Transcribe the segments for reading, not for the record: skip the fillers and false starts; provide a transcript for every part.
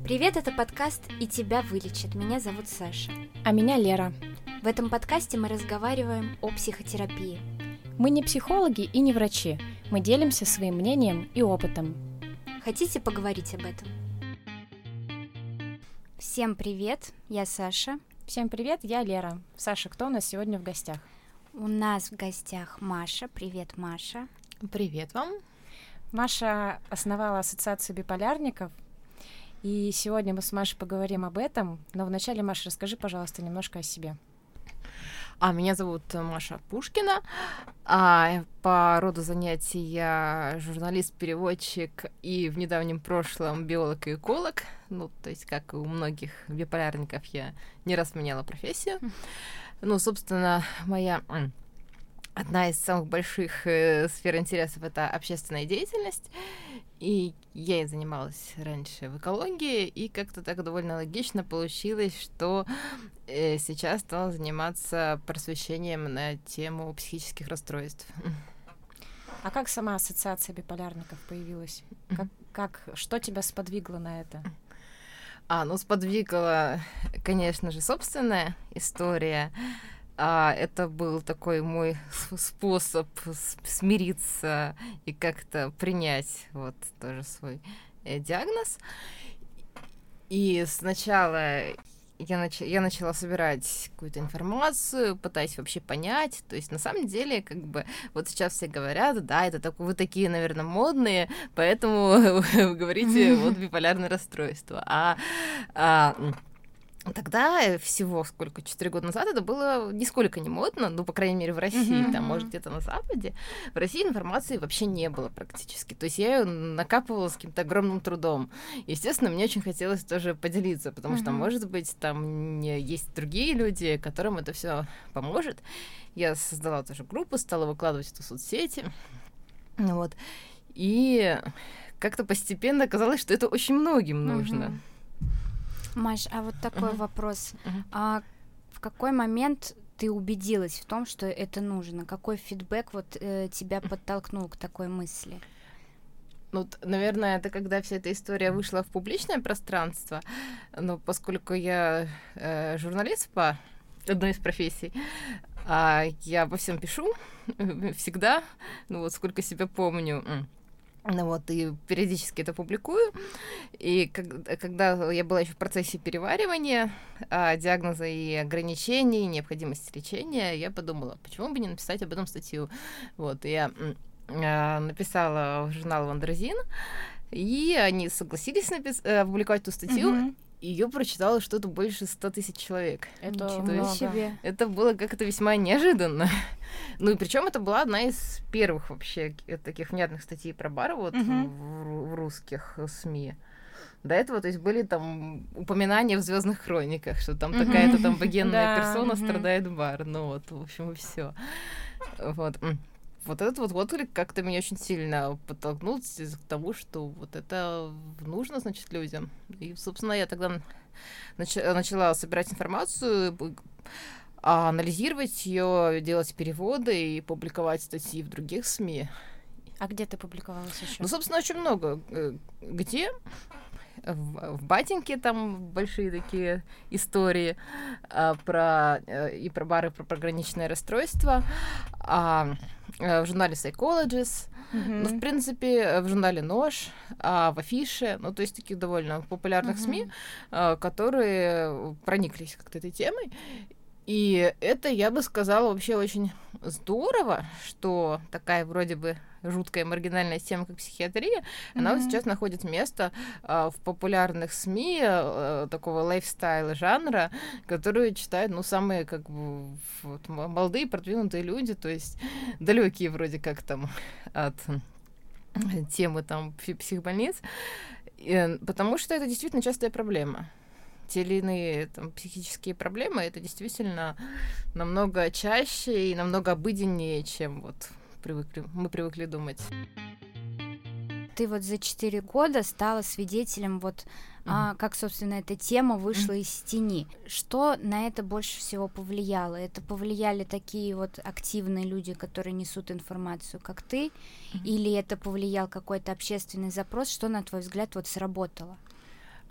Привет, это подкаст «И тебя вылечат». Меня зовут Саша. А меня Лера. В этом подкасте мы разговариваем о психотерапии. Мы не психологи и не врачи. Мы делимся своим мнением и опытом. Хотите поговорить об этом? Всем привет, я Саша. Всем привет, я Лера. Саша, кто у нас сегодня в гостях? У нас в гостях Маша. Привет, Маша. Привет вам. Маша основала ассоциацию биполярников, и сегодня мы с Машей поговорим об этом. Но вначале, Маша, расскажи, пожалуйста, немножко о себе. Меня зовут Маша Пушкина. По роду занятий я журналист-переводчик и в недавнем прошлом биолог и эколог. То есть, как и у многих биполярников, я не раз меняла профессию. Собственно, одна из самых больших сфер интересов — это общественная деятельность. И я ей занималась раньше в экологии, и как-то так довольно логично получилось, что сейчас стала заниматься просвещением на тему психических расстройств. А как сама ассоциация биполярников появилась? Что тебя сподвигло на это? Сподвигла, конечно же, собственная история. Это был такой мой способ смириться и как-то принять тоже свой диагноз. И сначала я начала собирать какую-то информацию, пытаясь вообще понять. То есть, на самом деле, сейчас все говорят, да, вы такие, наверное, модные, поэтому вы говорите биполярное расстройство. Тогда всего 4 года назад это было нисколько не модно, по крайней мере, в России, может, где-то на Западе. В России информации вообще не было практически. То есть я ее накапывала с каким-то огромным трудом. Естественно, мне очень хотелось тоже поделиться, потому что, может быть, там есть другие люди, которым это все поможет. Я создала тоже группу, стала выкладывать это в соцсети. И как-то постепенно оказалось, что это очень многим нужно. Маш, а вот такой вопрос. А в какой момент ты убедилась в том, что это нужно? Какой фидбэк тебя подтолкнул к такой мысли? Наверное, это когда вся эта история вышла в публичное пространство. Но поскольку я журналист по одной из профессий, я обо всем пишу всегда, сколько себя помню. И периодически это публикую. И когда я была еще в процессе переваривания диагноза и ограничений, необходимости лечения, я подумала, почему бы не написать об этом статью. Я написала в журнал «Вандерзин», и они согласились опубликовать эту статью. Ее прочитало что-то больше 100 тысяч человек. Это много. Себе. Это было как-то весьма неожиданно. И причем это была одна из первых вообще таких внятных статей про бар в русских СМИ. До этого, то есть, были там упоминания в «Звездных хрониках», что там такая-то там богемная персона страдает бар. В общем, и все. Этот отклик как-то меня очень сильно подтолкнул к тому, что это нужно, значит, людям. И, собственно, я тогда начала собирать информацию, анализировать ее, делать переводы и публиковать статьи в других СМИ. А где ты публиковалась еще? Собственно, очень много. Где? В «Батеньке» там большие такие истории про бары, про пограничное расстройство. В журнале Psychologist, в принципе, в журнале «Нож», в «Афише», то есть таких довольно популярных СМИ, которые прониклись как-то этой темой. И это, я бы сказала, вообще очень здорово, что такая вроде бы жуткая маргинальная тема, как психиатрия, она сейчас находит место в популярных СМИ такого лайфстайла жанра, которые читают, самые молодые, продвинутые люди, то есть далекие вроде как там от темы там психбольниц, потому что это действительно частая проблема. Те или иные психические проблемы, это действительно намного чаще и намного обыденнее, чем мы привыкли думать. Ты за 4 года стала свидетелем как, собственно, эта тема вышла из тени. Что на это больше всего повлияло? Это повлияли такие активные люди, которые несут информацию, как ты? Или это повлиял какой-то общественный запрос? Что, на твой взгляд, сработало?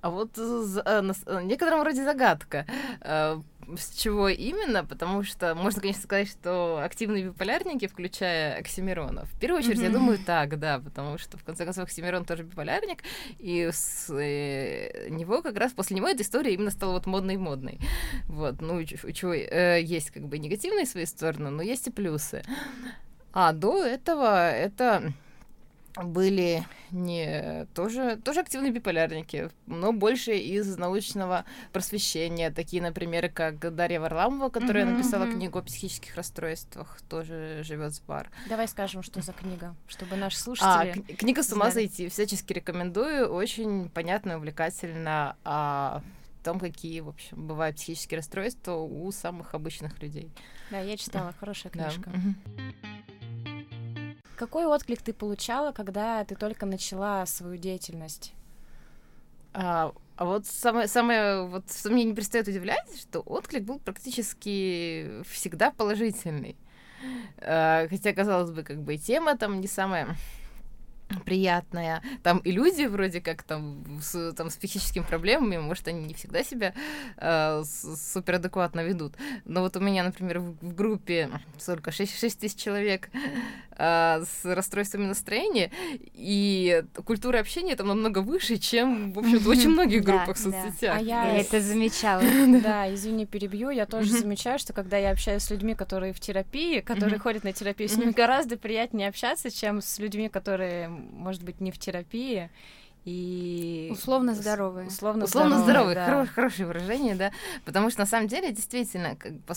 А вот в некотором роде загадка. С чего именно? Потому что можно, конечно, сказать, что активные биполярники, включая Оксимирона, в первую очередь, я думаю, так, да, потому что, в конце концов, Оксимирон тоже биполярник, и с него как раз после него эта история именно стала вот модной. Вот, ну, у чего есть как бы негативные свои стороны, но есть и плюсы. А до этого это были тоже активные биполярники, но больше из научного просвещения. Такие, например, как Дарья Варламова, которая написала книгу о психических расстройствах, тоже живет с бар. Давай скажем, что за книга, чтобы наши слушатели... Книга «С ума сойти». Всячески рекомендую. Очень понятно и увлекательно о том, какие, в общем, бывают психические расстройства у самых обычных людей. Да, я читала, хорошая книжка. Да. Какой отклик ты получала, когда ты только начала свою деятельность? А вот самое, вот что мне не перестает удивлять, что отклик был практически всегда положительный. Хотя, казалось бы, как бы и тема там не самая приятная. Там и люди вроде как там с психическими проблемами, может, они не всегда себя суперадекватно ведут. Но вот у меня, например, в группе 6 тысяч человек с расстройствами настроения, и культура общения там намного выше, чем, в общем-то, в очень многих группах в соцсетях. А я это замечала. Да, извини, перебью. Я тоже замечаю, что когда я общаюсь с людьми, которые в терапии, которые ходят на терапию, с ними гораздо приятнее общаться, чем с людьми, которые, может быть, не в терапии. И условно здоровые. Условно здоровые. Да. Хорошее выражение, да. Потому что на самом деле действительно,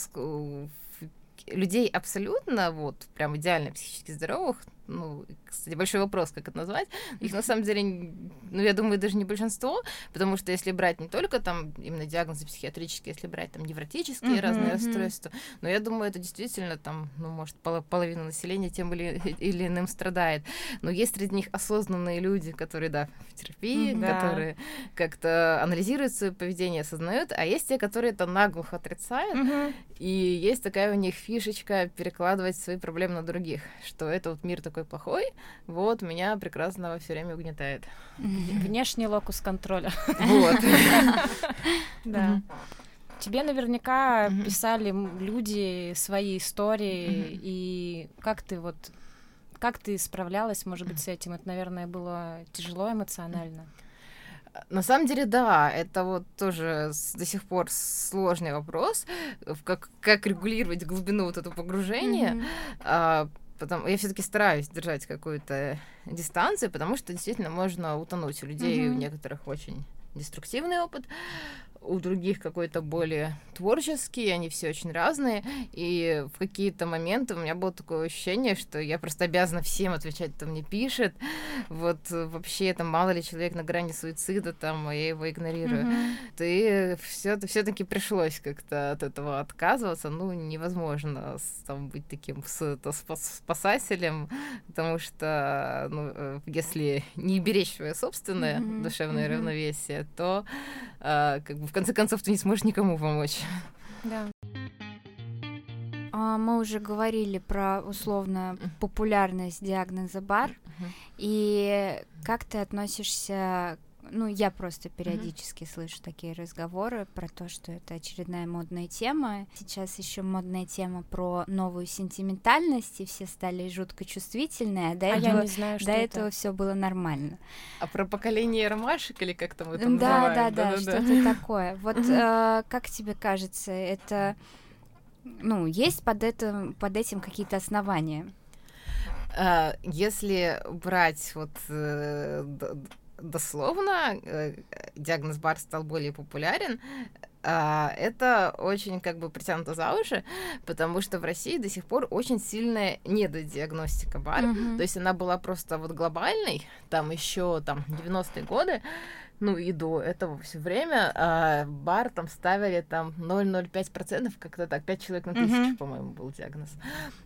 людей абсолютно, вот, прям идеально психически здоровых, ну, кстати, большой вопрос, как это назвать, их на самом деле, ну, я думаю, даже не большинство, потому что если брать не только там именно диагнозы психиатрические, если брать там невротические разные расстройства, но я думаю, это действительно там, ну, может, половина населения тем или иным страдает. Но есть среди них осознанные люди, которые, да, в терапии, которые как-то анализируют свое поведение, осознают, а есть те, которые это наглухо отрицают, и есть такая у них фишечка перекладывать свои проблемы на других, что это вот мир такой плохой, вот, меня прекрасно все время угнетает. Внешний локус контроля. Вот. Да. Тебе наверняка писали люди свои истории, и как ты справлялась, может быть, с этим? Это, наверное, было тяжело эмоционально. На самом деле, да, это вот тоже до сих пор сложный вопрос, как регулировать глубину вот этого погружения. Я все-таки стараюсь держать какую-то дистанцию, потому что действительно можно утонуть. У людей у некоторых очень деструктивный опыт, у других какой-то более творческий, они все очень разные, и в какие-то моменты у меня было такое ощущение, что я просто обязана всем отвечать, кто мне пишет, вот вообще там мало ли человек на грани суицида, там, а я его игнорирую. И все-таки пришлось как-то от этого отказываться, ну, невозможно там быть таким спасателем, потому что, ну, если не беречь свое собственное душевное равновесие, то как бы в конце концов ты не сможешь никому помочь. Да. Мы уже говорили про условно популярность диагноза бар, и как ты относишься, ну, я просто периодически слышу такие разговоры про то, что это очередная модная тема. Сейчас еще модная тема про новую сентиментальность, и все стали жутко чувствительные, а до я не знаю, что этого все было нормально. А про поколение ромашек или как там это называют? Да, что-то такое. Вот как тебе кажется, это, ну, есть под этим какие-то основания? Если брать вот дословно, диагноз бар стал более популярен, это очень как бы притянуто за уши, потому что в России до сих пор очень сильная недодиагностика бар, то есть она была просто вот глобальной, там еще там 90-е годы, ну и до этого все время бар там ставили там 0,05%, как-то так, 5 человек на 1000, по-моему, был диагноз.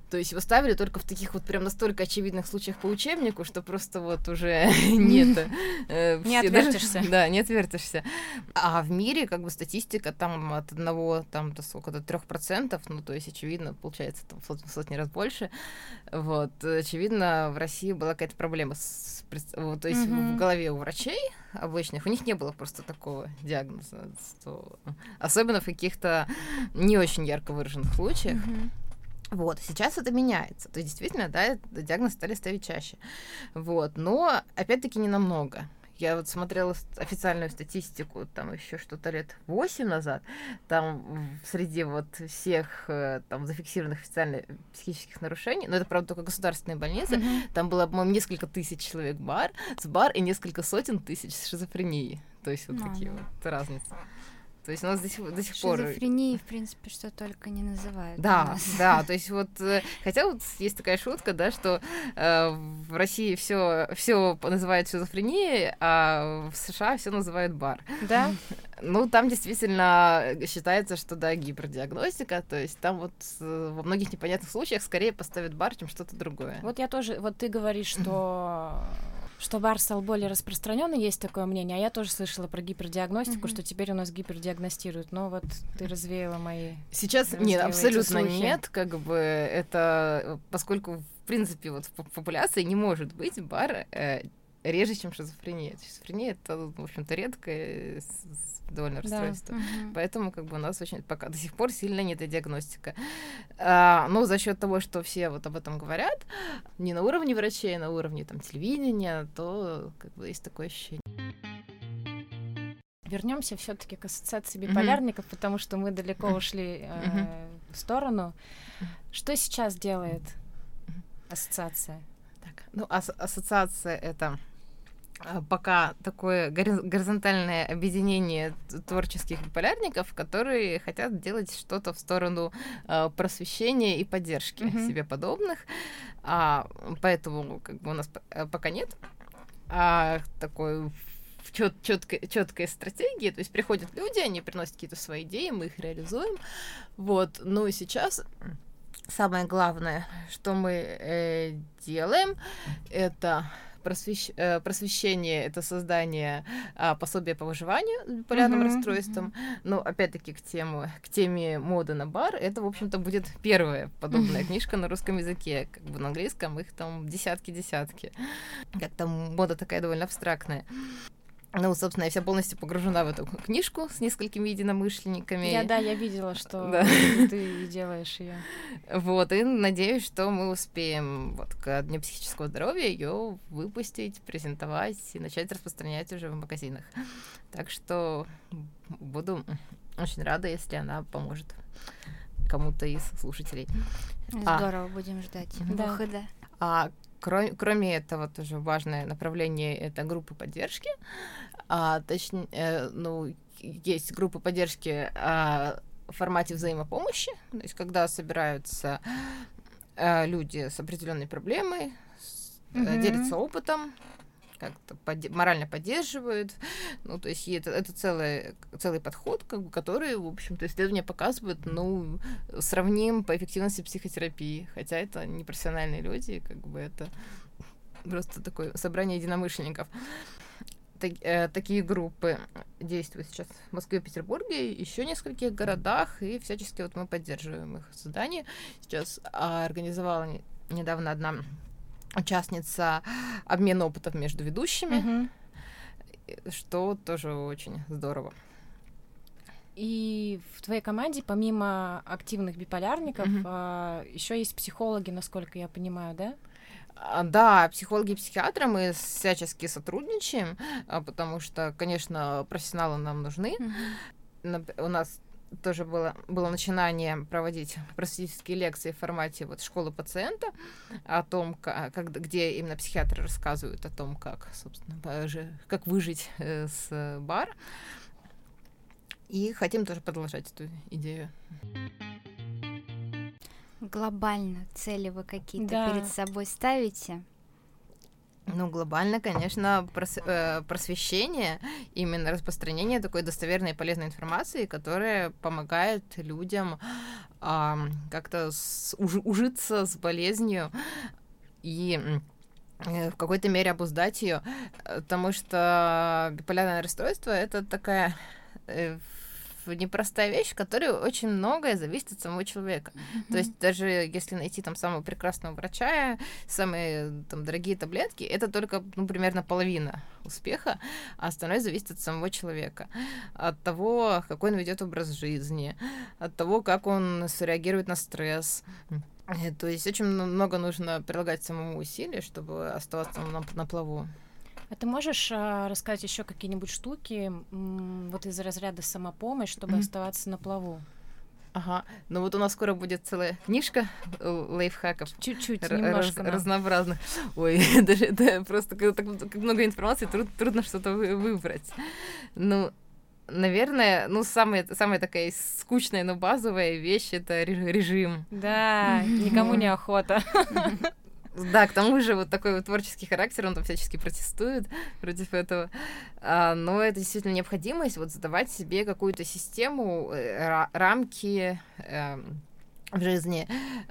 То есть его ставили только в таких вот прям настолько очевидных случаях по учебнику, что просто вот уже нет. Не отвертишься. Да, не отвертишься. А в мире как бы статистика там от 1 там, до сколько, до 3%, ну, то есть, очевидно, получается, там в сотни раз больше. Вот, очевидно, в России была какая-то проблема то есть в голове у врачей обычных, у них не было просто такого диагноза, особенно в каких-то не очень ярко выраженных случаях. Вот, сейчас это меняется. То есть, действительно, да, диагноз стали ставить чаще. Вот, но, опять-таки, не намного. Я вот смотрела официальную статистику, там еще что-то лет 8 назад, там среди вот всех там зафиксированных официально психических нарушений, но это, правда, только государственные больницы, там было, по-моему, несколько тысяч человек с бар и несколько сотен тысяч с шизофренией. То есть вот такие вот разницы. То есть у нас до сих пор... Шизофрении, в принципе, что только не называют. Да, да, то есть вот... Хотя вот есть такая шутка, да, что в России все называют шизофренией, а в США все называют бар. Да? Ну, там действительно считается, что, да, гипердиагностика, то есть там вот во многих непонятных случаях скорее поставят бар, чем что-то другое. Вот я тоже... Вот ты говоришь, что бар стал более распространенный, есть такое мнение, а я тоже слышала про гипердиагностику, что теперь у нас гипердиагностируют, но вот ты развеяла мои... Сейчас нет, абсолютно нет, как бы это, поскольку, в принципе, вот в популяции не может быть бар реже, чем шизофрения. Шизофрения — это, в общем-то, редкое довольно расстройство. Поэтому как бы у нас очень пока до сих пор сильно недодиагностика. Но за счет того, что все вот об этом говорят, не на уровне врачей, а на уровне там телевидения, то как бы есть такое ощущение. Вернемся все-таки к ассоциации биполярников, потому что мы далеко ушли в сторону. Что сейчас делает ассоциация? Так, ну, ассоциация — это пока такое горизонтальное объединение творческих биполярников, которые хотят делать что-то в сторону просвещения и поддержки себе подобных. Поэтому как бы у нас пока нет такой четкой стратегии. То есть приходят люди, они приносят какие-то свои идеи, мы их реализуем. Вот. Ну и сейчас самое главное, что мы делаем, это просвещение, это создание пособия по выживанию с биполярным расстройством. Но опять-таки к теме моды на бар, это, в общем-то, будет первая подобная книжка на русском языке. Как бы на английском их там десятки. Как там мода такая довольно абстрактная. Ну, собственно, я вся полностью погружена в эту книжку с несколькими единомышленниками. Я видела, что ты делаешь ее. Вот, и надеюсь, что мы успеем вот к Дню психического здоровья ее выпустить, презентовать и начать распространять уже в магазинах. Так что буду очень рада, если она поможет кому-то из слушателей. Здорово, будем ждать выхода. Кроме этого, тоже важное направление — это группы поддержки. Точнее, есть группы поддержки в формате взаимопомощи, то есть когда собираются люди с определенной проблемой, делятся опытом, как-то морально поддерживают. Ну, то есть это целый подход, как бы, который, в общем-то, исследования показывают, сравним по эффективности психотерапии. Хотя это не профессиональные люди, как бы это просто такое собрание единомышленников. Такие группы действуют сейчас в Москве, Петербурге, еще в нескольких городах, и всячески вот мы поддерживаем их создание. Сейчас организовала недавно одна участница обмен опытов между ведущими, что тоже очень здорово. И в твоей команде, помимо активных биполярников, еще есть психологи, насколько я понимаю, да? Да, психологи и психиатры мы всячески сотрудничаем, потому что, конечно, профессионалы нам нужны. У нас тоже было начинание проводить просветительские лекции в формате вот школы пациента, о том, где именно психиатры рассказывают о том, как, собственно, как выжить с бар. И хотим тоже продолжать эту идею. Глобально цели вы какие-то перед собой ставите? Ну, глобально, конечно, просвещение, именно распространение такой достоверной и полезной информации, которая помогает людям как-то ужиться с болезнью и в какой-то мере обуздать ее, потому что биполярное расстройство — это такая непростая вещь, в которой очень многое зависит от самого человека. То есть даже если найти там самого прекрасного врача, самые там дорогие таблетки, это только, ну, примерно половина успеха, а остальное зависит от самого человека. От того, какой он ведет образ жизни, от того, как он среагирует на стресс. То есть очень много нужно прилагать самому усилий, чтобы оставаться на плаву. А ты можешь рассказать еще какие-нибудь штуки вот из разряда самопомощь, чтобы оставаться на плаву? Ага, ну вот у нас скоро будет целая книжка лайфхаков. Чуть-чуть, немножко. Разнообразных. Ой, даже это просто так много информации, трудно что-то выбрать. Ну, наверное, ну, самая такая скучная, но базовая вещь — это режим. Да, никому не охота. Да, к тому же вот такой вот творческий характер, он там всячески протестует против этого. Но это действительно необходимость вот задавать себе какую-то систему, рамки в жизни,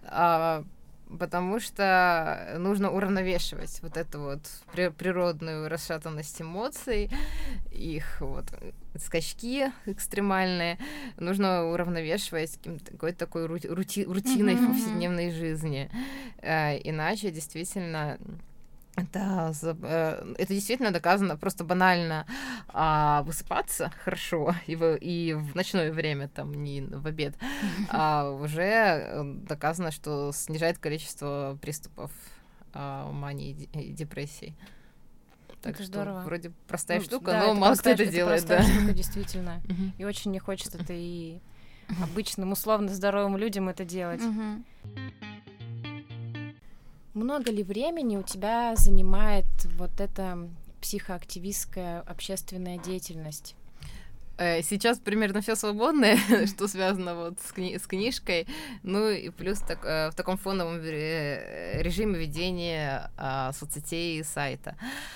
потому что нужно уравновешивать вот эту вот природную расшатанность эмоций, их вот скачки экстремальные, нужно уравновешивать какой-то такой рутиной в повседневной жизни. Иначе действительно это действительно доказано просто банально высыпаться хорошо и в ночное время, там, не в обед, уже доказано, что снижает количество приступов мании и депрессии. Так это что здорово. Вроде простая штука, да, но мало кто это делает. Простая штука, действительно. И очень не хочется это и обычным условно здоровым людям это делать. Много ли времени у тебя занимает вот эта психоактивистская общественная деятельность? Сейчас примерно все свободное, что связано вот с книжкой, ну и плюс в таком фоновом режиме ведения соцсетей и сайта.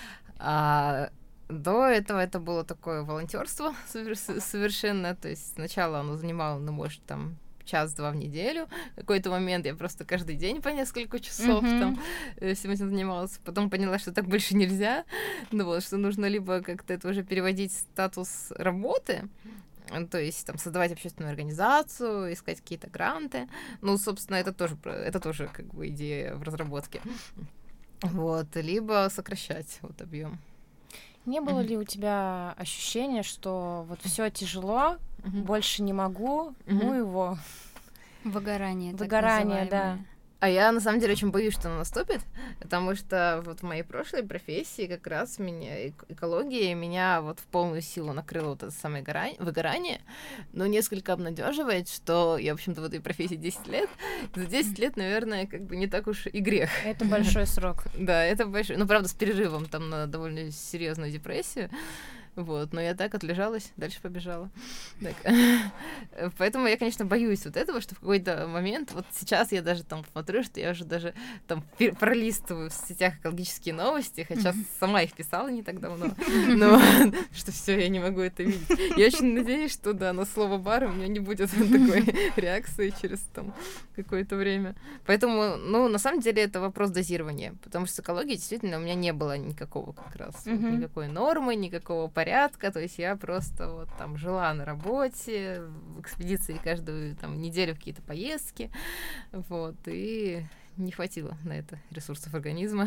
До этого это было такое волонтерство совершенно, то есть сначала оно занимало, ну, может, там, час-два в неделю. В какой-то момент я просто каждый день по несколько часов там всем этим занималась. Потом поняла, что так больше нельзя. Ну вот, что нужно либо как-то это уже переводить в статус работы, то есть там создавать общественную организацию, искать какие-то гранты. Ну, собственно, это тоже как бы идея в разработке. Вот, либо сокращать вот объем. Не было ли у тебя ощущения, что вот все тяжело, больше не могу, ну его? Выгорание, да. А я, на самом деле, очень боюсь, что оно наступит, потому что вот в моей прошлой профессии как раз экология меня вот в полную силу накрыла вот это самое выгорание, но несколько обнадеживает, что я, в общем-то, в этой профессии 10 лет. За 10 лет, наверное, как бы не так уж и грех. Это большой срок. Да, это большой. Ну, правда, с перерывом там на довольно серьезную депрессию. Вот, но я так отлежалась, дальше побежала. Так. Поэтому я, конечно, боюсь вот этого, что в какой-то момент, вот сейчас я даже там смотрю, что я уже даже там пролистываю в сетях экологические новости, хотя сама их писала не так давно, но что все, я не могу это видеть. Я очень надеюсь, что да, на слово бар у меня не будет такой реакции через там какое-то время. Поэтому, ну, на самом деле это вопрос дозирования, потому что с экологией действительно у меня не было никакого как раз, никакой нормы, никакого порядка, то есть я просто вот там жила на работе, в экспедиции каждую там неделю в какие-то поездки, вот, и не хватило на это ресурсов организма.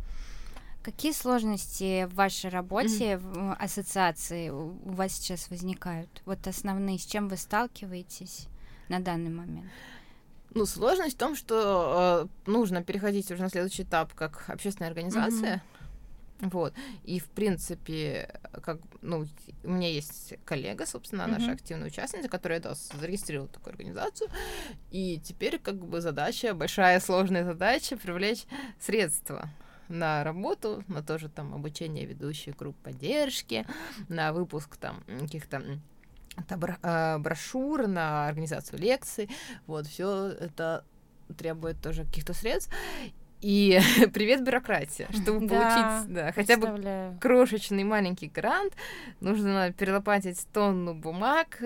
Какие сложности в вашей работе, в ассоциации у вас сейчас возникают? Вот основные, с чем вы сталкиваетесь на данный момент? Ну, сложность в том, что нужно переходить уже на следующий этап как общественная организация. Вот. И, в принципе, как, ну, у меня есть коллега, собственно, наша активная участница, которая зарегистрировала такую организацию. И теперь, как бы, большая сложная задача привлечь средства на работу, на тоже там обучение ведущих групп поддержки, на выпуск там каких-то брошюр, на организацию лекций. Вот, все это требует тоже каких-то средств. И привет, бюрократия. Чтобы получить хотя бы крошечный маленький грант, нужно перелопатить тонну бумаг,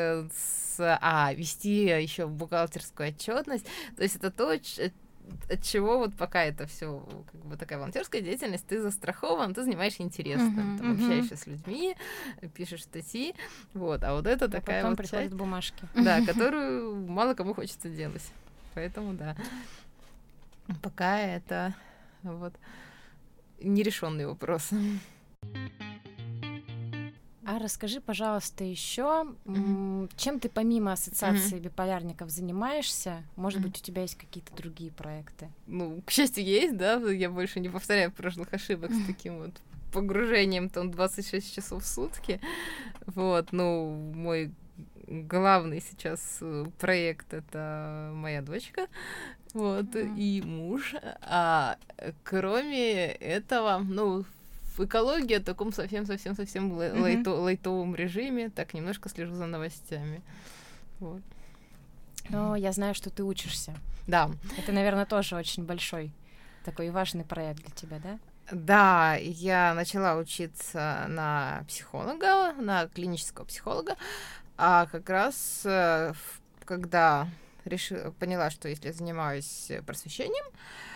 вести еще бухгалтерскую отчетность. То есть это то, от чего вот пока это все как бы такая волонтерская деятельность, ты застрахован, ты занимаешься интересным, там общаешься с людьми, пишешь статьи, вот, а вот это такая потом вот приходят часть, бумажки, да, которую мало кому хочется делать, поэтому да, пока это вот нерешенный вопрос. А расскажи, пожалуйста, еще, чем ты помимо ассоциации биполярников занимаешься? Может быть, у тебя есть какие-то другие проекты? Ну, к счастью, есть, да, я больше не повторяю прошлых ошибок с таким вот погружением там 26 часов в сутки. Вот, ну, мой главный сейчас проект — это моя дочка, вот, и муж. А кроме этого, ну, в экологии в таком совсем лайтовом режиме, так немножко слежу за новостями. Вот. Но я знаю, что ты учишься. Да. Это, наверное, тоже очень большой такой важный проект для тебя, да? Да, я начала учиться на психолога, на клинического психолога, а как раз когда поняла, что если занимаюсь просвещением,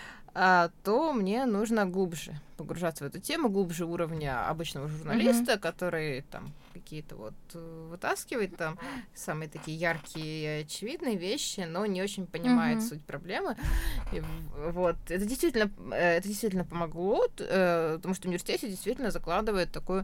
то мне нужно глубже погружаться в эту тему, глубже уровня обычного журналиста, который там какие-то вот вытаскивает там самые такие яркие и очевидные вещи, но не очень понимает суть проблемы. И вот это действительно помогло, потому что в университете действительно закладывает такую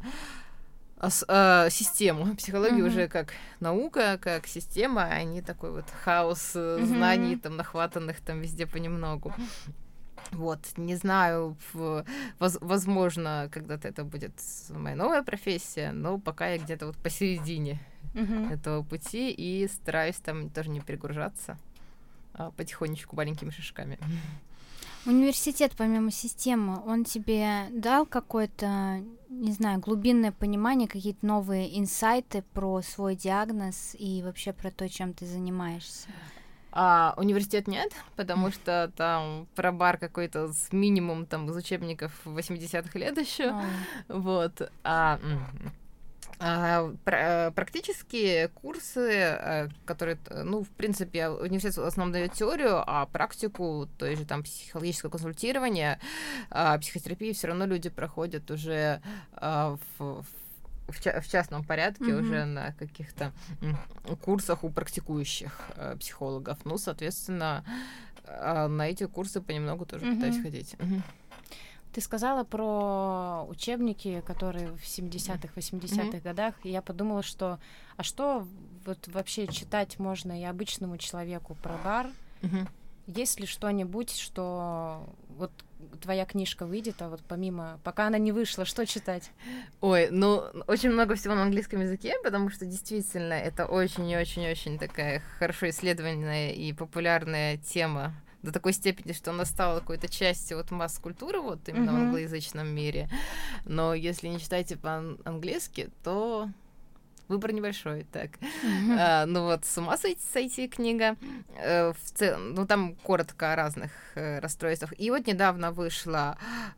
систему. Психология уже как наука, как система, а не такой вот хаос знаний, там, нахватанных там везде понемногу. Вот, не знаю, возможно, когда-то это будет моя новая профессия, но пока я где-то вот посередине этого пути и стараюсь там тоже не перегружаться, а потихонечку маленькими шажками. Университет, помимо системы, он тебе дал какое-то, не знаю, глубинное понимание, какие-то новые инсайты про свой диагноз и вообще про то, чем ты занимаешься? А университет нет, потому что там пробар какой-то с минимум там из учебников 80-х лет еще. Вот. Практические курсы, которые, ну, в принципе, университет в основном дает теорию, а практику, то есть же там психологическое консультирование, психотерапии все равно люди проходят уже в частном порядке уже на каких-то курсах у практикующих психологов. Ну, соответственно, на эти курсы понемногу тоже пытаюсь ходить. Ты сказала про учебники, которые в 70-х, 80-х годах, и я подумала, что что вот вообще читать можно и обычному человеку про бар? Есть ли что-нибудь, что вот твоя книжка выйдет, а вот помимо, пока она не вышла, что читать? Ой, ну, очень много всего на английском языке, потому что действительно это очень-очень-очень такая хорошо исследованная и популярная тема, до такой степени, что она стала какой-то частью вот масс-культуры вот именно в англоязычном мире. Но если не читаете по-английски, то выбор небольшой, так. Ну вот «С ума сойти» книга. В целом, ну там коротко о разных расстройствах. И вот недавно вышла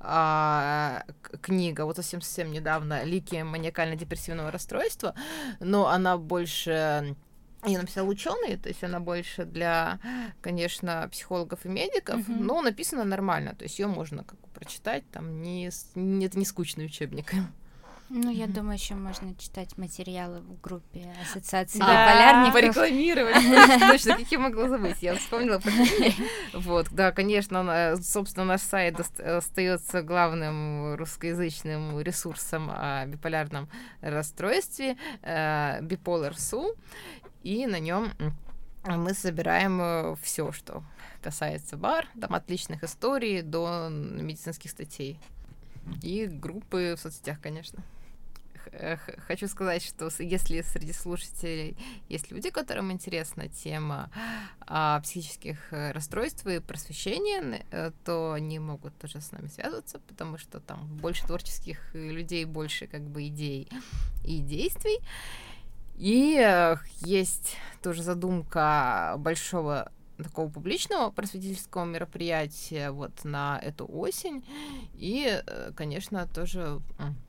книга, вот совсем недавно, «Лики маниакально-депрессивного расстройства», но она больше... Ее написал ученый, то есть она больше для, конечно, психологов и медиков, но написана нормально, то есть ее можно как бы прочитать, там это не скучный учебник. Ну, я думаю, еще можно читать материалы в группе Ассоциации биполярников. Порекламировать, точно, как я могла забыть, я вспомнила про книги. Вот, да, конечно, собственно, наш сайт остается главным русскоязычным ресурсом о биполярном расстройстве, Bipolar.su, и на нем мы собираем все, что касается бар, там от личных историй до медицинских статей. И группы в соцсетях, конечно. Хочу сказать, что если среди слушателей есть люди, которым интересна тема психических расстройств и просвещения, то они могут тоже с нами связываться, потому что там больше творческих людей, больше как бы идей и действий. И есть тоже задумка большого такого публичного просветительского мероприятия вот на эту осень. И, конечно, тоже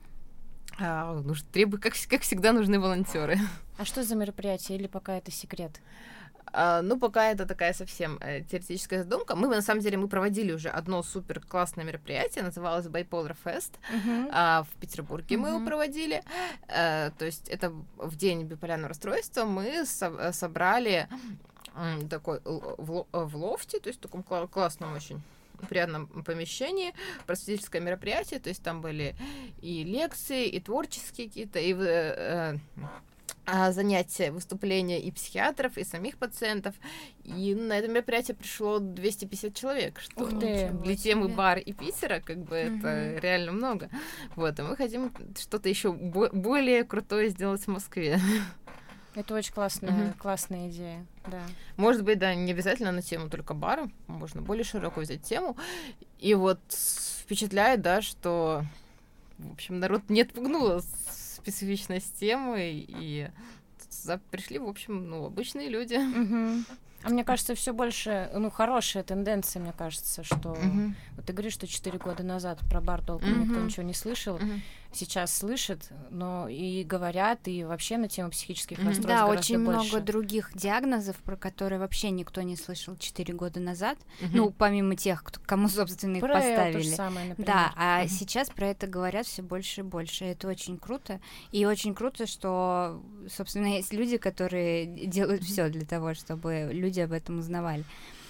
как всегда, нужны волонтеры. А что за мероприятие или пока это секрет? Пока это такая совсем теоретическая задумка. Мы, на самом деле, мы проводили уже одно супер классное мероприятие, называлось Bipolar Fest. В Петербурге мы его проводили. То есть это в день биполярного расстройства мы собрали такой в лофте, то есть в таком классном очень приятном помещении, просветительское мероприятие, то есть там были и лекции, и творческие какие-то, и занятия, выступления и психиатров, и самих пациентов. И на это мероприятие пришло 250 человек, что для темы бар и Питера, как бы это реально много. Вот, и мы хотим что-то еще более крутое сделать в Москве. Это очень классная идея, да. Может быть, да, не обязательно на тему только бара, можно более широко взять тему. И вот впечатляет, да, что, в общем, народ не отпугнуло специфичность темы, и пришли, в общем, обычные люди. А мне кажется, все больше, хорошая тенденция, мне кажется, что... Вот ты говоришь, что 4 года назад про бар толком никто ничего не слышал. Сейчас слышат, но и говорят, и вообще на тему психических расстройств да, гораздо очень больше. много других диагнозов, про которые вообще никто не слышал 4 года назад. Помимо тех, кому, собственно, их поставили. То же самое, например. Да, а сейчас про это говорят все больше и больше. Это очень круто. И очень круто, что, собственно, есть люди, которые делают все для того, чтобы люди об этом узнавали.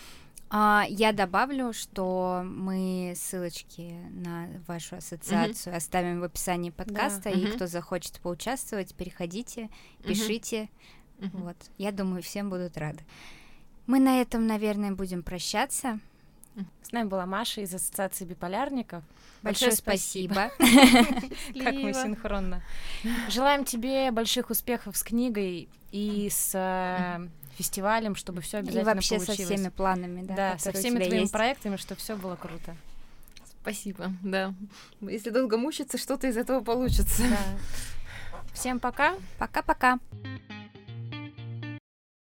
Я добавлю, что мы ссылочки на вашу ассоциацию оставим в описании подкаста, и кто захочет поучаствовать, переходите, пишите. Вот. Я думаю, всем будут рады. Мы на этом, наверное, будем прощаться. С нами была Маша из Ассоциации биполярников. Большое спасибо. Как мы синхронно. Желаем тебе больших успехов с книгой и с фестивалем, чтобы все обязательно получилось. И вообще со всеми планами, да, со всеми твоими проектами, чтобы все было круто. Спасибо, да. Если долго мучиться, что-то из этого получится. Да. Всем пока. Пока-пока.